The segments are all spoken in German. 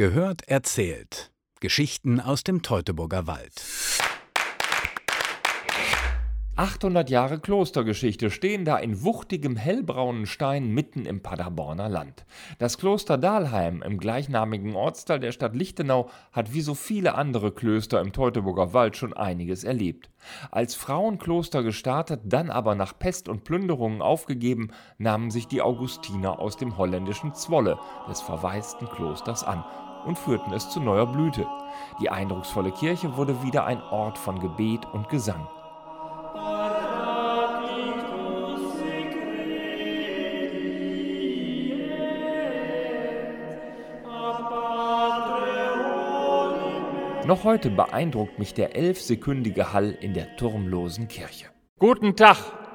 Gehört erzählt. Geschichten aus dem Teutoburger Wald. 800 Jahre Klostergeschichte stehen da in wuchtigem hellbraunen Stein mitten im Paderborner Land. Das Kloster Dahlheim im gleichnamigen Ortsteil der Stadt Lichtenau hat wie so viele andere Klöster im Teutoburger Wald schon einiges erlebt. Als Frauenkloster gestartet, dann aber nach Pest und Plünderungen aufgegeben, nahmen sich die Augustiner aus dem holländischen Zwolle, des verwaisten Klosters, an und führten es zu neuer Blüte. Die eindrucksvolle Kirche wurde wieder ein Ort von Gebet und Gesang. Noch heute beeindruckt mich der 11-sekündige Hall in der turmlosen Kirche. Guten Tag!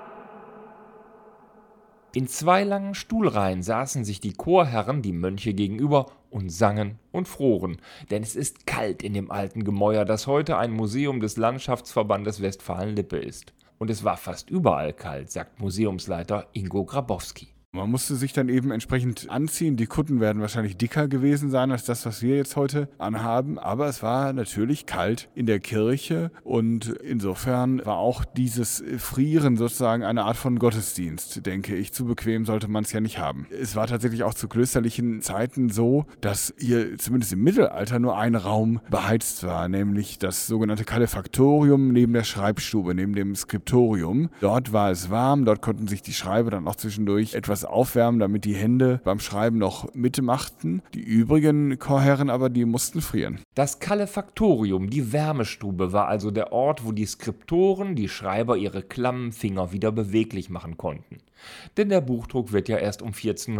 In 2 langen Stuhlreihen saßen sich die Chorherren, die Mönche, gegenüber und sangen und froren, denn es ist kalt in dem alten Gemäuer, das heute ein Museum des Landschaftsverbandes Westfalen-Lippe ist. Und es war fast überall kalt, sagt Museumsleiter Ingo Grabowski. Man musste sich dann eben entsprechend anziehen. Die Kutten werden wahrscheinlich dicker gewesen sein als das, was wir jetzt heute anhaben. Aber es war natürlich kalt in der Kirche und insofern war auch dieses Frieren sozusagen eine Art von Gottesdienst, denke ich. Zu bequem sollte man es ja nicht haben. Es war tatsächlich auch zu klösterlichen Zeiten so, dass hier zumindest im Mittelalter nur ein Raum beheizt war, nämlich das sogenannte Kalefaktorium neben der Schreibstube, neben dem Skriptorium. Dort war es warm, dort konnten sich die Schreiber dann auch zwischendurch etwas aufwärmen, damit die Hände beim Schreiben noch mitmachten. Die übrigen Chorherren aber, die mussten frieren. Das Kalefaktorium, die Wärmestube, war also der Ort, wo die Skriptoren, die Schreiber, ihre klammen Finger wieder beweglich machen konnten. Denn der Buchdruck wird ja erst um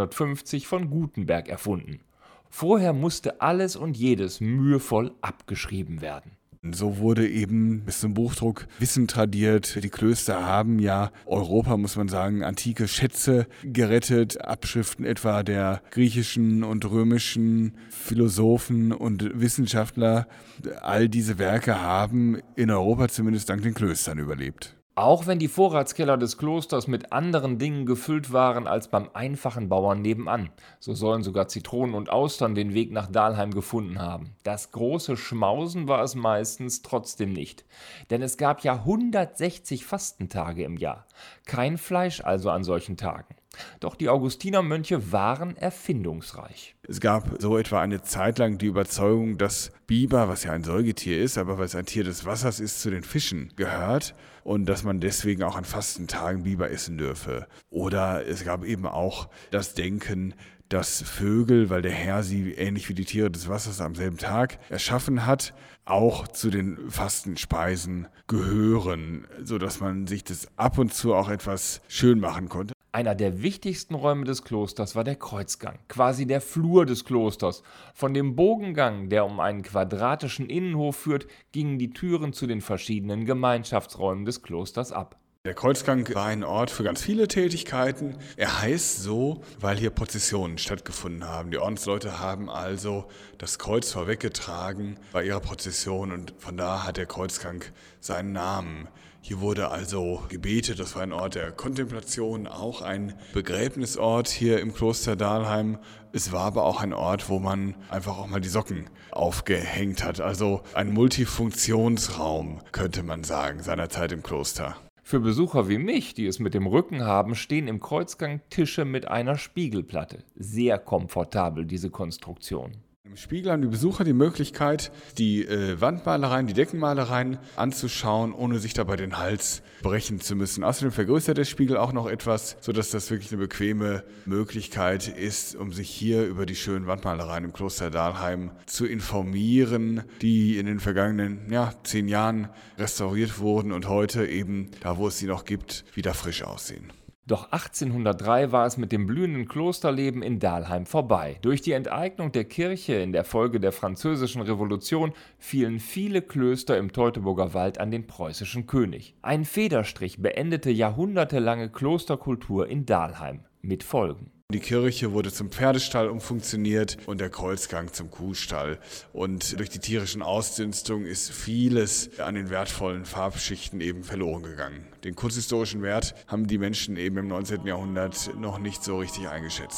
1450 von Gutenberg erfunden. Vorher musste alles und jedes mühevoll abgeschrieben werden. So wurde eben bis zum Buchdruck Wissen tradiert. Die Klöster haben ja Europa, muss man sagen, antike Schätze gerettet. Abschriften etwa der griechischen und römischen Philosophen und Wissenschaftler. All diese Werke haben in Europa zumindest dank den Klöstern überlebt. Auch wenn die Vorratskeller des Klosters mit anderen Dingen gefüllt waren als beim einfachen Bauern nebenan. So sollen sogar Zitronen und Austern den Weg nach Dahlheim gefunden haben. Das große Schmausen war es meistens trotzdem nicht. Denn es gab ja 160 Fastentage im Jahr. Kein Fleisch also an solchen Tagen. Doch die Augustinermönche waren erfindungsreich. Es gab so etwa eine Zeit lang die Überzeugung, dass Biber, was ja ein Säugetier ist, aber was ein Tier des Wassers ist, zu den Fischen gehört und dass man deswegen auch an Fastentagen Biber essen dürfe. Oder es gab eben auch das Denken, dass Vögel, weil der Herr sie ähnlich wie die Tiere des Wassers am selben Tag erschaffen hat, auch zu den Fastenspeisen gehören, sodass man sich das ab und zu auch etwas schön machen konnte. Einer der wichtigsten Räume des Klosters war der Kreuzgang, quasi der Flur des Klosters. Von dem Bogengang, der um einen quadratischen Innenhof führt, gingen die Türen zu den verschiedenen Gemeinschaftsräumen des Klosters ab. Der Kreuzgang war ein Ort für ganz viele Tätigkeiten. Er heißt so, weil hier Prozessionen stattgefunden haben. Die Ordensleute haben also das Kreuz vorweggetragen bei ihrer Prozession und von da hat der Kreuzgang seinen Namen. Hier wurde also gebetet, das war ein Ort der Kontemplation, auch ein Begräbnisort hier im Kloster Dahlheim. Es war aber auch ein Ort, wo man einfach auch mal die Socken aufgehängt hat. Also ein Multifunktionsraum, könnte man sagen, seiner Zeit im Kloster. Für Besucher wie mich, die es mit dem Rücken haben, stehen im Kreuzgang Tische mit einer Spiegelplatte. Sehr komfortabel, diese Konstruktion. Im Spiegel haben die Besucher die Möglichkeit, die Wandmalereien, die Deckenmalereien anzuschauen, ohne sich dabei den Hals brechen zu müssen. Außerdem vergrößert der Spiegel auch noch etwas, sodass das wirklich eine bequeme Möglichkeit ist, um sich hier über die schönen Wandmalereien im Kloster Dahlheim zu informieren, die in den vergangenen 10 Jahren restauriert wurden und heute eben, da wo es sie noch gibt, wieder frisch aussehen. Doch 1803 war es mit dem blühenden Klosterleben in Dahlheim vorbei. Durch die Enteignung der Kirche in der Folge der Französischen Revolution fielen viele Klöster im Teutoburger Wald an den preußischen König. Ein Federstrich beendete jahrhundertelange Klosterkultur in Dahlheim mit Folgen. Die Kirche wurde zum Pferdestall umfunktioniert und der Kreuzgang zum Kuhstall. Und durch die tierischen Ausdünstungen ist vieles an den wertvollen Farbschichten eben verloren gegangen. Den kunsthistorischen Wert haben die Menschen eben im 19. Jahrhundert noch nicht so richtig eingeschätzt.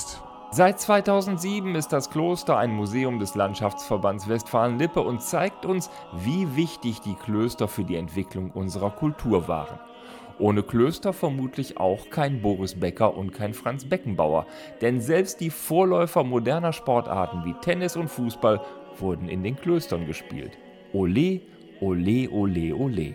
Seit 2007 ist das Kloster ein Museum des Landschaftsverbands Westfalen-Lippe und zeigt uns, wie wichtig die Klöster für die Entwicklung unserer Kultur waren. Ohne Klöster vermutlich auch kein Boris Becker und kein Franz Beckenbauer, denn selbst die Vorläufer moderner Sportarten wie Tennis und Fußball wurden in den Klöstern gespielt. Ole, ole, ole, ole.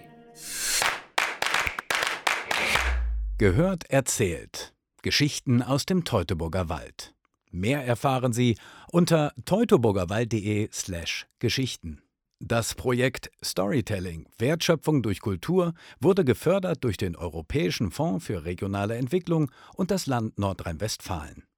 Gehört, erzählt. Geschichten aus dem Teutoburger Wald. Mehr erfahren Sie unter teutoburgerwald.de/Geschichten. Das Projekt Storytelling – Wertschöpfung durch Kultur wurde gefördert durch den Europäischen Fonds für regionale Entwicklung und das Land Nordrhein-Westfalen.